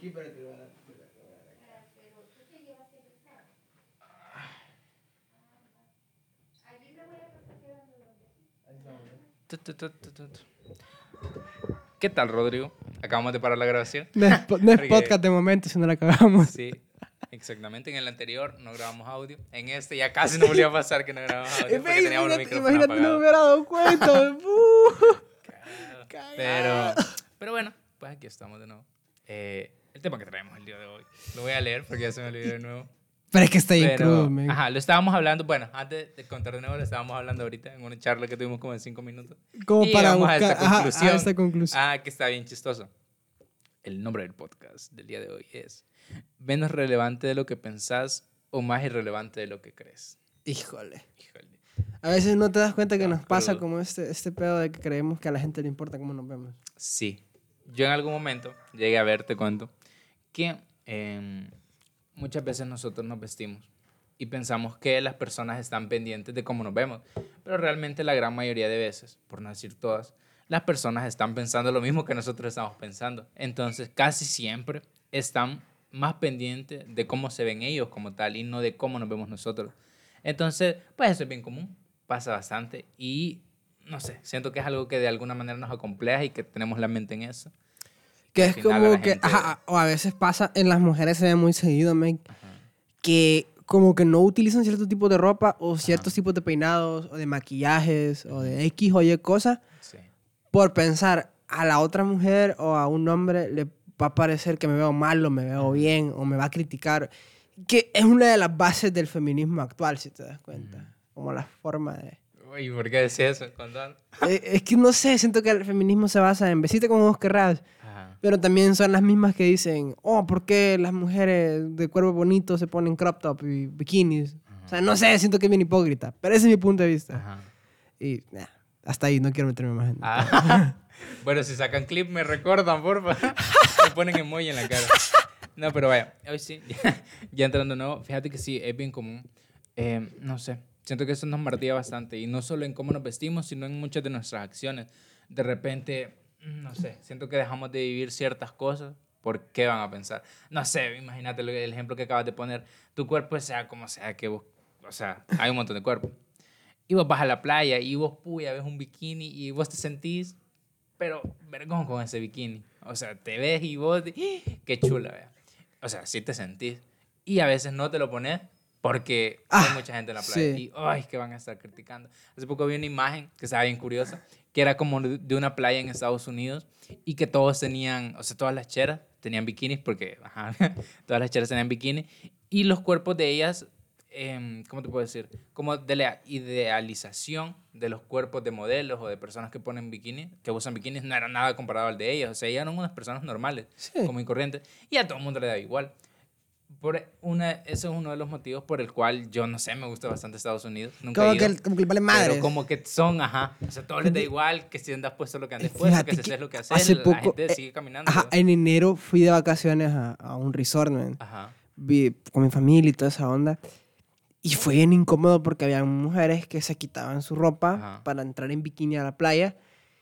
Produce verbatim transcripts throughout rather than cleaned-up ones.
pero te voy a dar. Tu, tu, tu, tu, tu. ¿Qué tal, Rodrigo? Acabamos de parar la grabación. No es, po- no es Porque- podcast de momento, si no la acabamos. Sí, exactamente. En el anterior no grabamos audio. En este ya casi no volvió a pasar que no grabamos audio porque teníamos los Imagínate, micrófonos imagínate, no me apagados. hubiera dado cuenta. Uh, Cagado. Cagado. Pero, pero bueno, pues aquí estamos de nuevo. Eh, el tema que traemos el día de hoy. Lo voy a leer porque ya se me olvidó de nuevo. Pero es que está bien Pero, crudo, man. ajá, lo estábamos hablando, bueno, antes de contar de nuevo, lo estábamos hablando ahorita en una charla que tuvimos como en cinco minutos. Como Y para llegamos a buscar esta ajá, conclusión. a esta conclusión. Ah, que está bien chistoso. El nombre del podcast del día de hoy es menos relevante de lo que pensás o más irrelevante de lo que crees. Híjole. Híjole. A veces no te das cuenta que Ah, nos pasa crudo. como este, este pedo de que creemos que a la gente le importa cómo nos vemos. Sí. Yo en algún momento llegué a ver, te cuento, que eh, muchas veces nosotros nos vestimos y pensamos que las personas están pendientes de cómo nos vemos, pero realmente la gran mayoría de veces, por no decir todas, las personas están pensando lo mismo que nosotros estamos pensando. Entonces, casi siempre están más pendientes de cómo se ven ellos como tal y no de cómo nos vemos nosotros. Entonces, pues eso es bien común, pasa bastante y no sé, siento que es algo que de alguna manera nos acompleja y que tenemos la mente en eso. Que Al es final a como la que, gente- ajá, o a veces pasa, en las mujeres se ve muy seguido, man, que como que no utilizan cierto tipo de ropa o ciertos tipos de peinados o de maquillajes o de X o Y cosas Sí. por pensar a la otra mujer o a un hombre le va a parecer que me veo mal o me veo bien o me va a criticar. Que es una de las bases del feminismo actual, si te das cuenta. Como la forma de... Uy, ¿por qué decías eso? Contame. Eh, es que no sé, siento que el feminismo se basa en vestirte como vos querrás. Ajá. Pero también son las mismas que dicen, oh, ¿por qué las mujeres de cuerpo bonito se ponen crop top y bikinis? O sea, no sé, siento que es bien hipócrita. Pero ese es mi punto de vista. Ajá. Y nah, hasta ahí, no quiero meterme más en Ah. Bueno, si sacan clip me recordan, porfa. Me ponen emoji en la cara. No, pero vaya, hoy sí, ya, ya entrando de nuevo, fíjate que sí, es bien común. Eh, no sé, siento que eso nos martilla bastante. Y no solo en cómo nos vestimos, sino en muchas de nuestras acciones. De repente, no sé, siento que dejamos de vivir ciertas cosas. ¿Por qué van a pensar? No sé, imagínate lo- el ejemplo que acabas de poner. Tu cuerpo sea como sea que vos, o sea, hay un montón de cuerpos. Y vos vas a la playa y vos, puya, ves un bikini y vos te sentís, pero vergón con ese bikini. O sea, te ves y vos, ¡ah! Qué chula, vea. O sea, sí te sentís. Y a veces no te lo pones porque Ah, hay mucha gente en la playa. sí. Y, ay, que van a estar criticando. Hace poco vi una imagen que estaba bien curiosa, que era como de de una playa en Estados Unidos y que todos tenían, o sea, todas las cheras tenían bikinis porque, ajá, todas las cheras tenían bikini y los cuerpos de ellas, em, ¿cómo te puedo decir? Como de la idealización de los cuerpos de modelos o de personas que ponen bikini, que usan bikinis, no era nada comparado al de ellas. O sea, ellas eran unas personas normales, Sí. como y corrientes, y a todo el mundo le da igual. Por una, eso es uno de los motivos por el cual yo, no sé, me gusta bastante Estados Unidos. Nunca Como he que, ido, el- como que le vale madre. pero como que son, ajá. O sea, todo les da igual que si andas puesto lo que andes puesto, Fíjate que si que haces lo que haces, hace la poco, gente eh, sigue caminando. Ajá, en enero fui de vacaciones a, a un resort, man. Ajá. Vi con mi familia y toda esa onda. Y fue bien incómodo porque había mujeres que se quitaban su ropa Ajá. para entrar en bikini a la playa.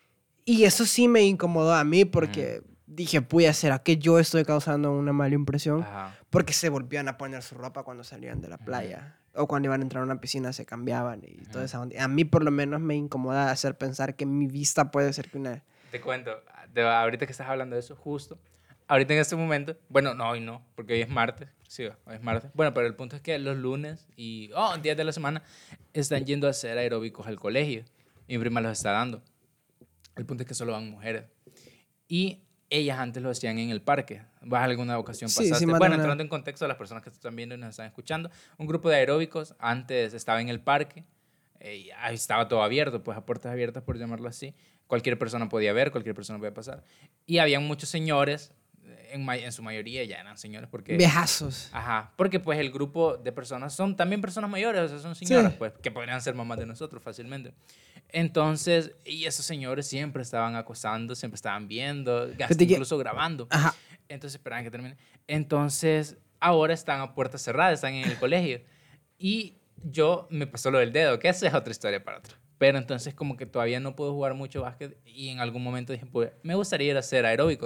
Y eso sí me incomodó a mí porque dije, puya, ¿será que yo estoy causando una mala impresión? Ajá. Porque se volvían a poner su ropa cuando salían de la playa. O cuando iban a entrar a una piscina se cambiaban y toda esa onda. A mí por lo menos me incomoda hacer pensar que mi vista puede ser que una... Te cuento, de, ahorita que estás hablando de eso, justo, ahorita en este momento, bueno, no, hoy no, porque hoy es martes, sí, hoy es martes. Bueno, pero el punto es que los lunes y, oh, días de la semana, están yendo a hacer aeróbicos al colegio. Mi prima los está dando. El punto es que solo van mujeres. Y ellas antes lo hacían en el parque. ¿Vas a alguna ocasión Sí, pasaste? sí, más de Bueno, una- entrando en contexto a las personas que están viendo y nos están escuchando, un grupo de aeróbicos antes estaba en el parque. Eh, y ahí estaba todo abierto, pues a puertas abiertas, por llamarlo así. Cualquier persona podía ver, cualquier persona podía pasar. Y habían muchos señores, en, ma- en su mayoría ya eran señores, porque... Viejazos. Ajá, porque pues el grupo de personas son también personas mayores, o sea, son señoras, Sí. pues, que podrían ser mamás de nosotros fácilmente. Entonces, y esos señores siempre estaban acosando, siempre estaban viendo, hasta Fíjate que- incluso grabando. Ajá. Entonces, esperaban que termine. Entonces, ahora están a puertas cerradas, están en el colegio. Y yo me pasó lo del dedo, que esa es otra historia para otro. Pero entonces como que todavía no puedo jugar mucho básquet y en algún momento dije, pues, me gustaría ir a hacer aeróbico.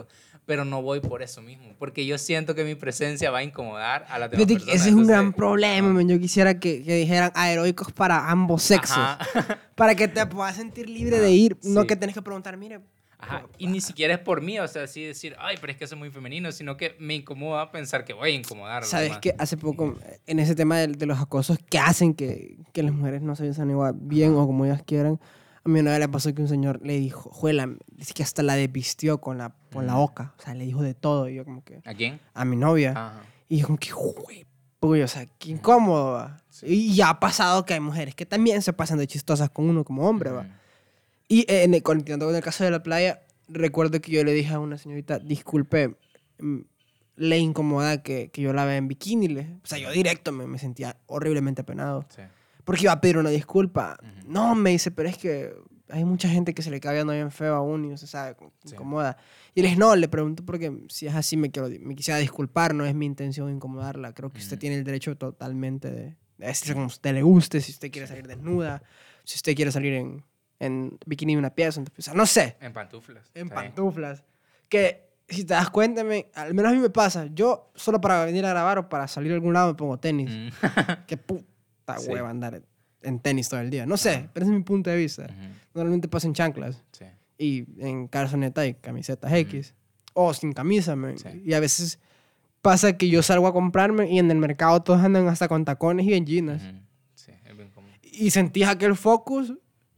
pero no voy por eso mismo, porque yo siento que mi presencia va a incomodar a las demás Fíjate que personas. ese es un entonces- gran problema, man. Yo quisiera que, que dijeran aeróbicos para ambos sexos. Ajá. Para que te puedas sentir libre Ajá, de ir. No sí. que tenés que preguntar, mire. Ajá, y ni siquiera es por mí, o sea, así decir, ay, pero es que eso es muy femenino, sino que me incomoda pensar que voy a incomodar a los ¿Sabes demás. que hace poco, en ese tema de, de los acosos que hacen que, que las mujeres no se besan igual bien Ajá. o como ellas quieran? A mí una vez le pasó que un señor le dijo, juela, dice que hasta la desvistió con la, con la Mm. boca. O sea, le dijo de todo. Y yo como que, ¿A quién? a mi novia. Ajá. Y yo como que, güey, puy, o sea, qué incómodo, va. Sí. Y ya ha pasado que hay mujeres que también se pasan de chistosas con uno como hombre, va. Ujú. Y eh, en el, continuando con el caso de la playa, recuerdo que yo le dije a una señorita, disculpe, mm, le incomoda que, que yo la vea en bikini. Le- o sea, yo directo me, me sentía horriblemente apenado. Sí. Porque iba a pedir una disculpa. Ujú. No, me dice, pero es que hay mucha gente que se le cae viendo bien feo a uno y no se sabe, como- Sí. incomoda. Y le dije, no, le pregunto porque si es así me, quiero, me quisiera disculpar, no es mi intención incomodarla. Creo que usted Ujú. tiene el derecho totalmente de, de decir como a usted le guste, si usted quiere salir desnuda, si usted quiere salir en, en bikini de una pieza, o sea, no sé, En pantuflas. en Está bien. pantuflas. Que si te das cuenta, me- al menos a mí me pasa, yo solo para venir a grabar o para salir a algún lado me pongo tenis. Mm. Qué puta Sí. hueva andar en tenis todo el día. No sé, pero ese es mi punto de vista. Ujú. Normalmente paso en chanclas Sí. y en calzoneta y camisetas Ujú. X. O sin camisa, man. Sí. Y a veces pasa que yo salgo a comprarme y en el mercado todos andan hasta con tacones y en jeans. Ujú. Sí, es bien común. Y sentís aquel focus.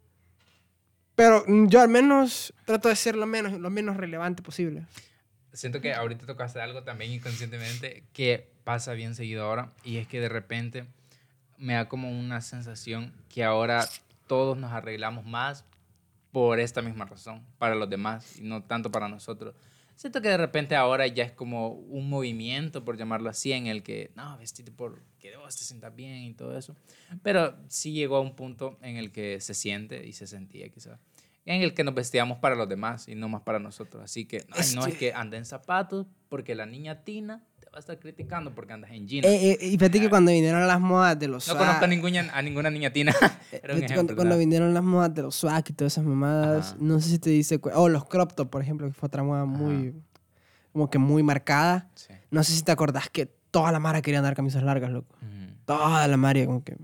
Pero mm, yo al menos trato de ser lo menos, lo menos relevante posible. Siento que ahorita tocaste algo también inconscientemente que pasa bien seguido ahora, y es que de repente me da como una sensación que ahora todos nos arreglamos más por esta misma razón, para los demás y no tanto para nosotros. Siento que de repente ahora ya es como un movimiento, por llamarlo así, en el que, no, vestite por que vos te sientas bien y todo eso. Pero sí llegó a un punto en el que se siente y se sentía quizás, en el que nos vestíamos para los demás y no más para nosotros. Así que ay, Es no que- es que ande en zapatos porque la niña Tina te va a estar criticando porque andas en jeans. Eh, eh, y fíjate que cuando vinieron las modas de los no swag- conozco a ninguna, a ninguna niña Tina. Era un fíjate ejemplo, cuando, cuando ¿verdad? vinieron las modas de los swag y todas esas mamadas, Ajá. no sé si te dice cu- o los crop top, por ejemplo, que fue otra moda muy, como que muy marcada. Sí. No sé si te acordás que toda la mara quería andar camisas largas, loco. Ujú. Toda la mara, como que.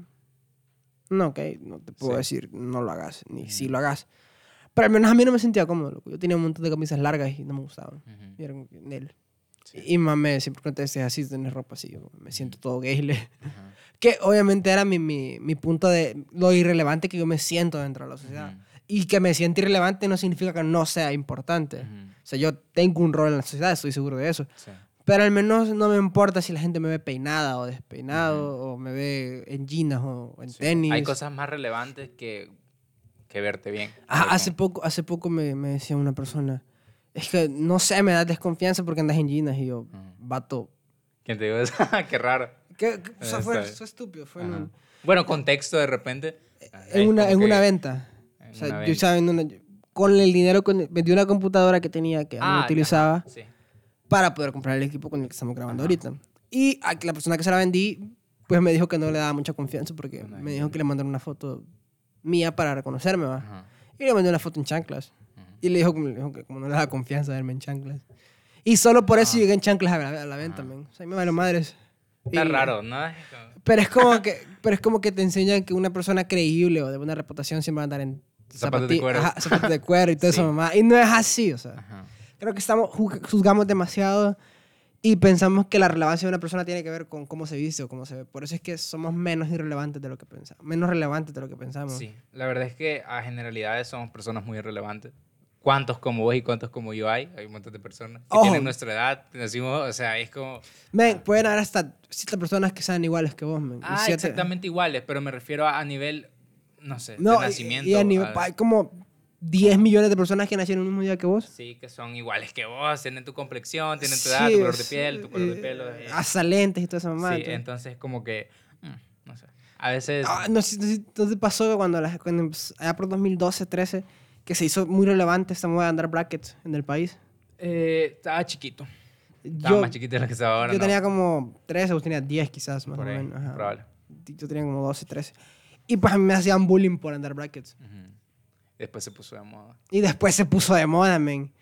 No, ok, no te puedo Sí. decir, no lo hagas, ni Ujú. si lo hagas. Pero al menos a mí no me sentía cómodo, loco. Yo tenía un montón de camisas largas y no me gustaban. Ujú. Y era como que, Nel. Sí. Y mamá siempre cuando te decías así, tenés ropa así, yo me siento todo gay. le- Ajá. Que obviamente era mi, mi, mi punto de lo irrelevante que yo me siento dentro de la sociedad. Ujú. Y que me sienta irrelevante no significa que no sea importante. Ujú. O sea, yo tengo un rol en la sociedad, estoy seguro de eso. Sí. Pero al menos no me importa si la gente me ve peinada o despeinado, o me ve en jeans o en Sí. tenis. Hay cosas más relevantes que, que verte bien. Ah, Pero hace como- poco, hace poco me, me decía una persona, es que no sé, me da desconfianza porque andas en jeans. Y yo, Ujú. vato. ¿Quién te digo eso? Qué raro. ¿Qué, qué- o sea, Eh, fue, está- fue estúpido. Fue en, Ajá. un- Bueno, contexto de repente. en una, como en que- una venta. en O sea, una yo venta. estaba vendiendo una- con el dinero, con, vendí una computadora que tenía que Ah, no utilizaba ajá, sí. para poder comprar el equipo con el que estamos grabando Ajá. ahorita. Y a la persona que se la vendí, pues me dijo que no le daba mucha confianza porque Bueno, me dijo que le mandaron una foto mía para reconocerme, ¿va? Ajá. Y le mandé una foto en chanclas. Ujú. Y le dijo, como- le dijo que como no le daba confianza verme en chanclas. Y solo por eso Ah. llegué en chanclas a la, a la venta, Ajá. man. O sea, a mí me vale madres. Está Y- raro, ¿no? Es como- Pero es como que, pero es como que te enseñan que una persona creíble o de buena reputación siempre va a andar en Zapatos de zapati- cuero. ajá, zapatos de cuero y toda Sí. esa mamá. Y no es así, o sea. Ajá. Creo que estamos, ju- juzgamos demasiado y pensamos que la relevancia de una persona tiene que ver con cómo se viste o cómo se ve. Por eso es que somos menos irrelevantes de lo que pensamos. Menos relevantes de lo que pensamos. Sí, la verdad es que a generalidades somos personas muy irrelevantes. ¿Cuántos como vos y cuántos como yo hay? Hay un montón de personas que Ojo. tienen nuestra edad. Decimos, o sea, es como... Men, pueden haber hasta siete personas que sean iguales que vos, men. Y Ah, siete- exactamente iguales, pero me refiero a, a nivel, no sé, No, de y- nacimiento. y a nivel, a- hay como diez millones de personas que nacieron el mismo día que vos. Sí, que son iguales que vos, tienen tu complexión, tienen tu Sí, edad, tu color de sí, piel, tu color de eh, pelo. eh. Hasta lentes y toda esa mamá. Sí, entonces como que, mm, no sé, a veces... Ah, no sé no sé- no te pasó que cuando, la- cuando empezó- allá por dos mil doce, trece, que se hizo muy relevante esta moda de andar brackets en el país. eh, estaba chiquito, estaba Yo, más chiquito de lo que estaba ahora. yo ¿no? tenía como trece, vos tenías diez quizás, más Por o ahí, menos. ajá. probable. Yo tenía como doce, trece. Y pues a mí me hacían bullying por andar brackets. Ujú. Después se puso de moda. Y después se puso de moda, men.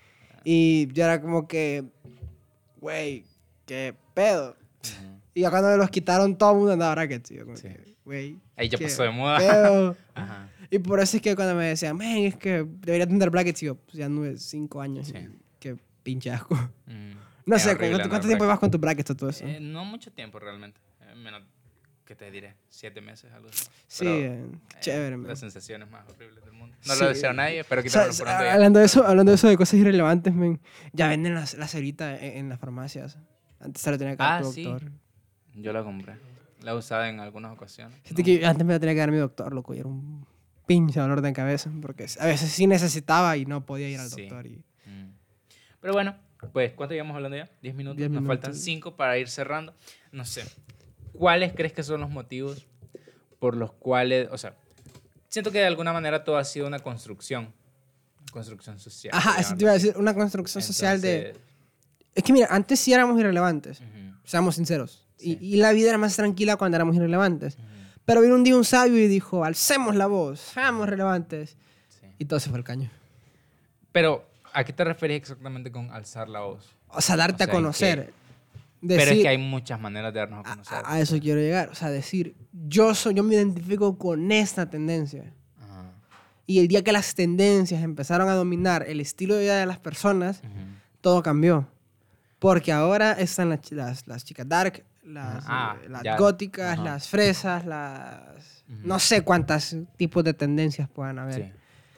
Y yo era como que, güey, qué pedo. Ujú. Y ya cuando me los quitaron, todo el mundo andaba brackets. Y yo como Sí. que, güey, Ahí ya qué pasó de moda. pedo. Ajá. Y por eso es que cuando me decían, man, es que debería tener brackets, y yo, pues ya anduve cinco años. Sí. Y qué pinche asco. Mm. No Es sé, horrible ¿cuánto, andar cuánto tiempo brackets. vas con tus brackets o todo eso? Eh, no mucho tiempo realmente. Eh, menos, ¿qué te diré? Siete meses, algo así. Sí, Pero, eh, eh, chévere, man. las sensaciones más horribles del mundo. No Sí. lo deseo a nadie, pero O sea, quítamelo pronto ya. hablando de eso, hablando de eso de cosas irrelevantes, men, ya venden las- la cerita en, en las farmacias. Antes se la tenía que dar Ah, tu sí. doctor. Yo la compré. La he usado en algunas ocasiones. Fíjate No. que antes me la tenía que dar mi doctor, loco, y era un pinche dolor de cabeza, porque a veces sí necesitaba y no podía ir al Sí. doctor. Y... Mm. Pero bueno, pues, ¿cuánto llevamos hablando ya? ¿Diez minutos? Diez Nos minutos. faltan cinco para ir cerrando. No sé. ¿Cuáles crees que son los motivos por los cuales, o sea, siento que de alguna manera todo ha sido una construcción, construcción social? Ajá, eso te iba a decir, una construcción social de... Entonces, Es que mira, antes sí éramos irrelevantes, ujú, seamos sinceros. Sí. Y, y la vida era más tranquila cuando éramos irrelevantes. ujú, Pero vino un día un sabio y dijo, alcemos la voz, seamos relevantes. sí. Y todo se fue al caño. Pero, ¿a qué te referís exactamente con alzar la voz? O sea, darte O sea, a conocer. Pero es Decir- que hay muchas maneras de darnos a a, conocer. a- a eso quiero llegar. O sea, decir, yo, soy, yo me identifico con esta tendencia. Ajá, Y el día que las tendencias empezaron a dominar el estilo de vida de las personas, ujú. todo cambió. Porque ahora están las, chi- las, las chicas dark, las, Ah, eh, las ya. góticas, Ajá. las fresas, las... Ujú. No sé cuántos tipos de tendencias puedan haber. Sí.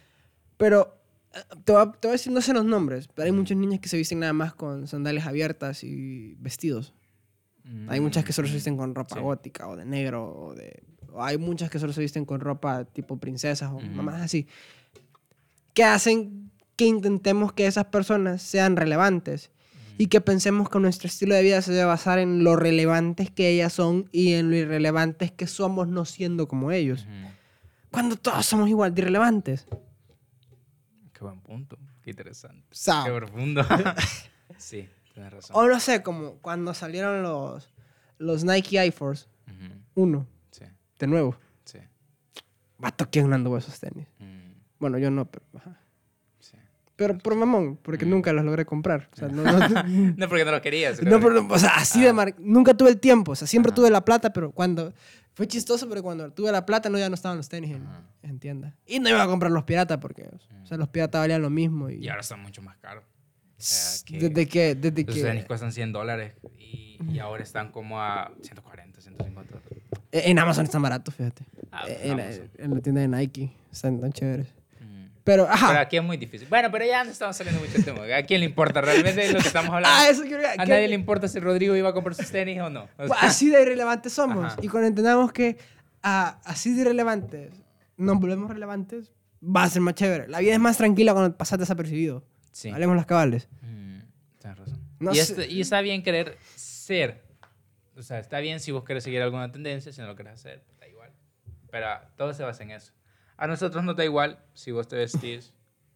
Pero eh, te voy, a, te voy a decir, no sé los nombres, pero hay muchas niñas que se visten nada más con sandalias abiertas y vestidos. Hay muchas que solo se visten con ropa Sí. gótica o de negro. O de, o hay muchas que solo se visten con ropa tipo princesas o Ujú. mamás así. Que hacen que intentemos que esas personas sean relevantes y que pensemos que nuestro estilo de vida se debe basar en lo relevantes que ellas son y en lo irrelevantes que somos no siendo como ellos. Ujú. Cuando todos somos igual de irrelevantes. Qué buen punto. Qué interesante. Sao. Qué profundo. Sí, tienes razón. O no sé, como cuando salieron los, los Nike Air Force Ujú. uno, Sí, de nuevo. sí. Vato, ¿quién no anduvo esos tenis? Mm, Bueno, yo no, pero... ajá. sí. Pero por mamón, porque Mm. nunca los logré comprar. O sea, no, no, no, No, porque no lo querías. no, pero, o sea, así de Ah. mar... Nunca tuve el tiempo. O sea, siempre Ajá. tuve la plata, pero cuando... Fue chistoso, pero cuando tuve la plata no ya no estaban los tenis en, Ajá. en tienda. Y no iba a comprar los piratas porque, o sea, los piratas valían lo mismo. Y, Y ahora están mucho más caros. O sea, que desde que... Desde los tenis que cuestan cien dólares y, y ahora están como a ciento cuarenta, ciento cincuenta dólares. en Amazon están baratos, fíjate. Ah, en, Amazon. en la tienda de Nike. Están tan chéveres. Mm. Pero, ajá. Pero aquí es muy difícil. Bueno, pero ya no estamos saliendo mucho del tema. ¿A quién le importa realmente lo que estamos hablando? Ah, eso quiero ¿A que- nadie le importa si Rodrigo iba a comprar sus tenis o no? O sea, Así de irrelevantes somos. Ajá. Y cuando entendamos que ah, así de irrelevantes nos volvemos relevantes, va a ser más chévere. La vida es más tranquila cuando pasas desapercibido. sí. Hablemos las cabales. Mm, tienes razón. No y, sé. está, y está bien querer ser. O sea, está bien si vos querés seguir alguna tendencia, si no lo querés hacer, da igual. Pero todo se basa en eso. A nosotros nos da igual si vos te vestís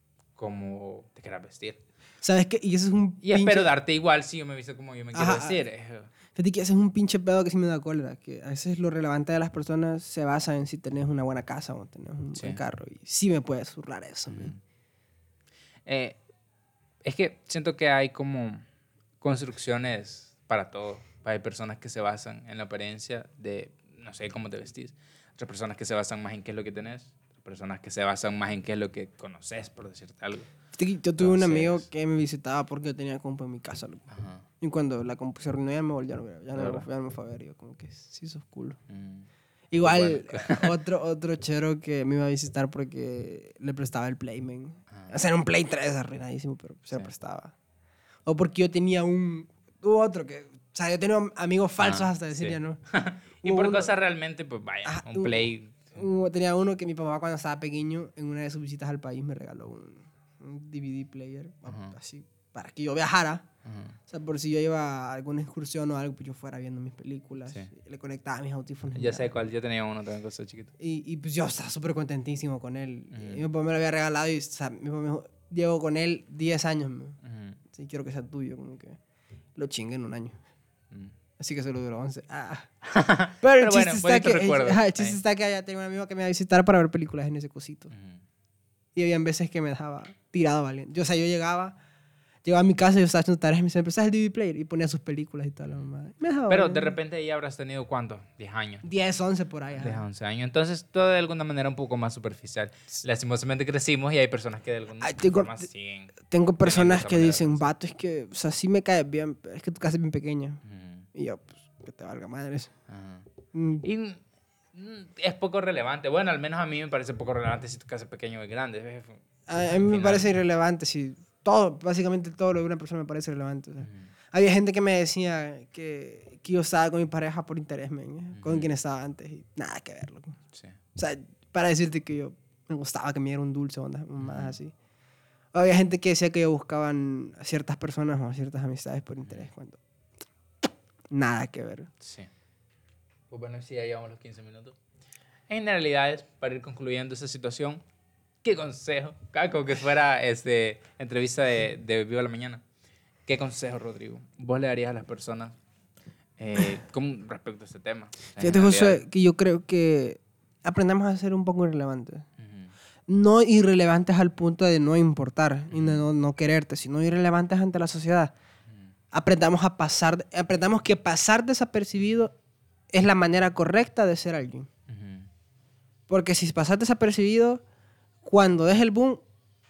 como te quieras vestir. ¿Sabes qué? Y eso es un Y espero darte igual si yo me visto como yo me quiero Ajá. vestir. Eh, Fíjate que ese es un pinche pedo que sí me da cólera. Que a veces lo relevante de las personas se basa en si tenés una buena casa o tenés un Sí. buen carro. Y sí me puede zurrar eso. Ujú. man. Eh, es que siento que hay como construcciones para todo. Hay personas que se basan en la apariencia de, no sé, cómo te vestís. Otras personas que se basan más en qué es lo que tenés. Otras personas que se basan más en qué es lo que conoces, por decirte algo. Fíjate que yo tuve un Entonces- amigo que me visitaba porque yo tenía compu en mi casa. loco. Ajá. Y cuando la compu se arruinó ya me volvió, ya no, ya no, Claro. ya no me fue a ver. Yo como que sí sos culo. Mm. Igual, Bueno. otro, otro chero que me iba a visitar porque le prestaba el Playman. Ajá. O sea, era un Play tres arruinadísimo, pero se lo Sí. prestaba. O porque yo tenía un... Hubo otro que... O sea, yo tenía amigos falsos Ah, hasta decir sí. ya no. Y Hubo por uno- cosas realmente, pues vaya, Ajá, un hubo- play. hubo- tenía uno que mi papá cuando estaba pequeño, en una de sus visitas al país, me regaló un, un D V D player. Ajá. Así, para que yo viajara. Ajá. O sea, por si yo iba a alguna excursión o algo, pues yo fuera viendo mis películas. Sí. Le conectaba mis audífonos. y Ya ya. sé cuál, yo tenía uno también, cosa chiquito. Y, y pues yo estaba súper contentísimo con él. Ujú. Y mi papá me lo había regalado y o sea, mi papá me dijo, llevo con él diez años. Me. Ujú. Sí, quiero que sea tuyo. Como que lo chingue en un año. Mm. Así que solo duró once. Ah. Pero Pero el chiste, bueno, está, bonito que, recuerdo. ajá, el chiste Ahí. está que allá tengo un amigo que me iba a visitar para ver películas en ese cosito. Ujú. Y había veces que me dejaba tirado valiente. Yo, o sea, yo llegaba... Llegaba a mi casa y yo estaba haciendo tareas y me decía, ¿empezaste el D V D player? Y ponía sus películas y toda la mamá. Me dejaba Pero ver. de repente ahí habrás tenido, ¿cuánto? diez años. diez, once por ahí. diez, ajá. once años. Entonces, todo de alguna manera un poco más superficial. Lastimosamente crecimos y hay personas que de alguna Ay, tengo- forma siguen. Tengo personas esa que manera de dicen, pensar. vato, es que, o sea, sí me caes bien, pero es que tu casa es bien pequeña. Ujú, Y yo, pues, que te valga madres. ajá. Mm, Y mm, es poco relevante. Bueno, al menos a mí me parece poco relevante si tu casa es pequeña o es grande. ¿ves? A, a Al mí me final. parece irrelevante, si todo, básicamente todo lo de una persona me parece irrelevante. o sea. Ujú, Había gente que me decía que, que yo estaba con mi pareja por interés, men, ¿eh? con Ujú. quien estaba antes. Y nada que ver, loco. sí. O sea, para decirte que yo me gustaba que me diera un dulce o ondas más Ujú. así. Había gente que decía que buscaban a ciertas personas o a ciertas amistades por interés, cuando nada que ver. Sí. Pues bueno, sí, ya llevamos los quince minutos. En generalidades, para ir concluyendo esa situación, ¿qué consejo? Como que fuera este, entrevista de, de Viva la Mañana. ¿Qué consejo, Rodrigo, vos le darías a las personas eh, con respecto a este tema? En Fíjate, Josué, generalidades. que yo creo que aprendamos a ser un poco irrelevantes. Ujú, No irrelevantes al punto de no importar y de no, no quererte, sino irrelevantes ante la sociedad. ujú, Aprendamos a pasar, aprendamos que pasar desapercibido es la manera correcta de ser alguien. ujú. Porque si pasas desapercibido, cuando des el boom,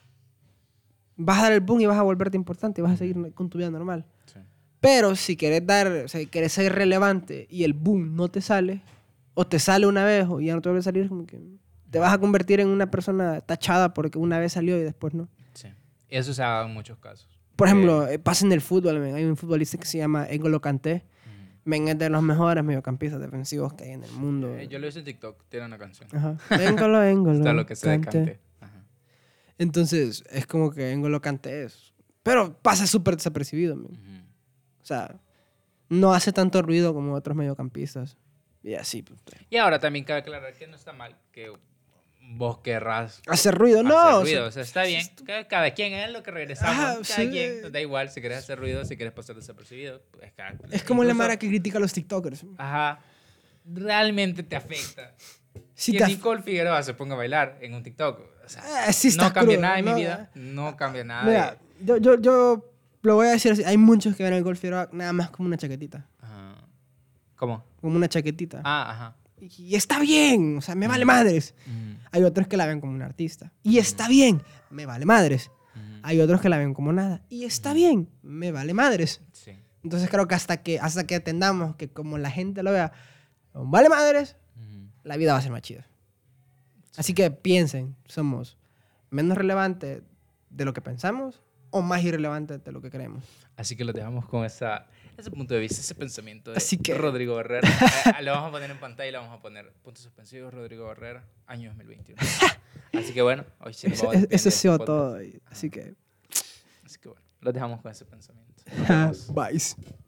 vas a dar el boom y vas a volverte importante y vas a seguir con tu vida normal. Sí. Pero si quieres dar, o sea, quieres ser relevante y el boom no te sale, o te sale una vez o ya no te vuelve a salir, como que te vas a convertir en una persona tachada porque una vez salió y después no. Sí. Eso se ha dado en muchos casos. Por Eh, ejemplo, eh, pasa en el fútbol, men. Hay un futbolista que se llama N'Golo Kanté. ujú. Men, es de los mejores mediocampistas defensivos que hay en el mundo. Eh, yo lo hice en TikTok, tiene una canción. Ajá. N'Golo, N'Golo Está lo que se Kanté. decante. Ajá. Entonces, es como que N'Golo Kanté es... Pero pasa súper desapercibido, men. Ujú. O sea, no hace tanto ruido como otros mediocampistas. Y así, pues. Y ahora también cabe aclarar que no está mal que vos querrás Hacer ruido, no. hacer o ruido. sea, O sea, está bien. Cada, cada quien es lo que regresamos. Ajá, cada sí. quien. Da igual si quieres hacer ruido, si quieres pasar desapercibido. Pues, cada- es como la incluso- mara que critica a los TikTokers. Ajá. Realmente te afecta. Sí que te af- Nicole Figueroa se ponga a bailar en un TikTok. O sea, Eh, sí está no cambia crudo, nada en ¿no? mi vida. No cambia nada. Mira, de- yo, yo, yo lo voy a decir así. Hay muchos que ven el Golf Figueroa nada más como una chaquetita. Ajá. ¿Cómo? Como una chaquetita. Ah, ajá. Y, y está bien. O sea, me vale madres. Ujú, Hay otros que la ven como un artista. Y está bien. Me vale madres. ujú. Hay otros que la ven como nada. Y está bien. Me vale madres. Sí. Entonces creo que hasta que, hasta que atendamos que como la gente lo vea, vale madres, Ujú. la vida va a ser más chida. Así que piensen, ¿somos menos relevantes de lo que pensamos o más irrelevantes de lo que creemos? Así que lo dejamos con esa, ese punto de vista, ese pensamiento de Así que- Rodrigo Barrera. Eh, lo vamos a poner en pantalla y le vamos a poner puntos suspensivos Rodrigo Barrera, año dos mil veintiuno. Así que bueno, hoy sí nos Eso, vamos despidiendo eso de ha sido este podcast. todo. y- Así que, Así que bueno, lo dejamos con ese pensamiento. Nos vemos. bye.